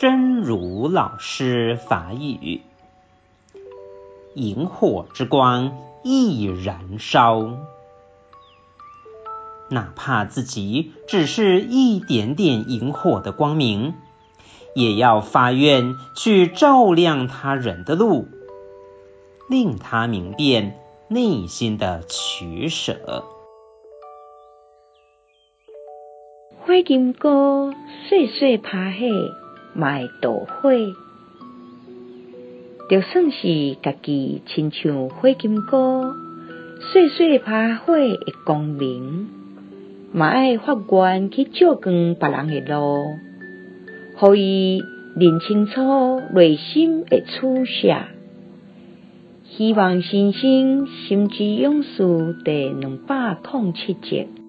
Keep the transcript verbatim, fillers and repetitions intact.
真如老师法语：萤火之光易燃烧，哪怕自己只是一点点萤火的光明，也要发愿去照亮他人的路，令他明辨内心的取舍。 火金菇细细拍火，嘛会导火，就算是家己亲像火金菇，细细拍火的光明，嘛爱发愿去照光别人的路，互伊认清楚内心的取舍。希望新生心之勇士第两百零七集。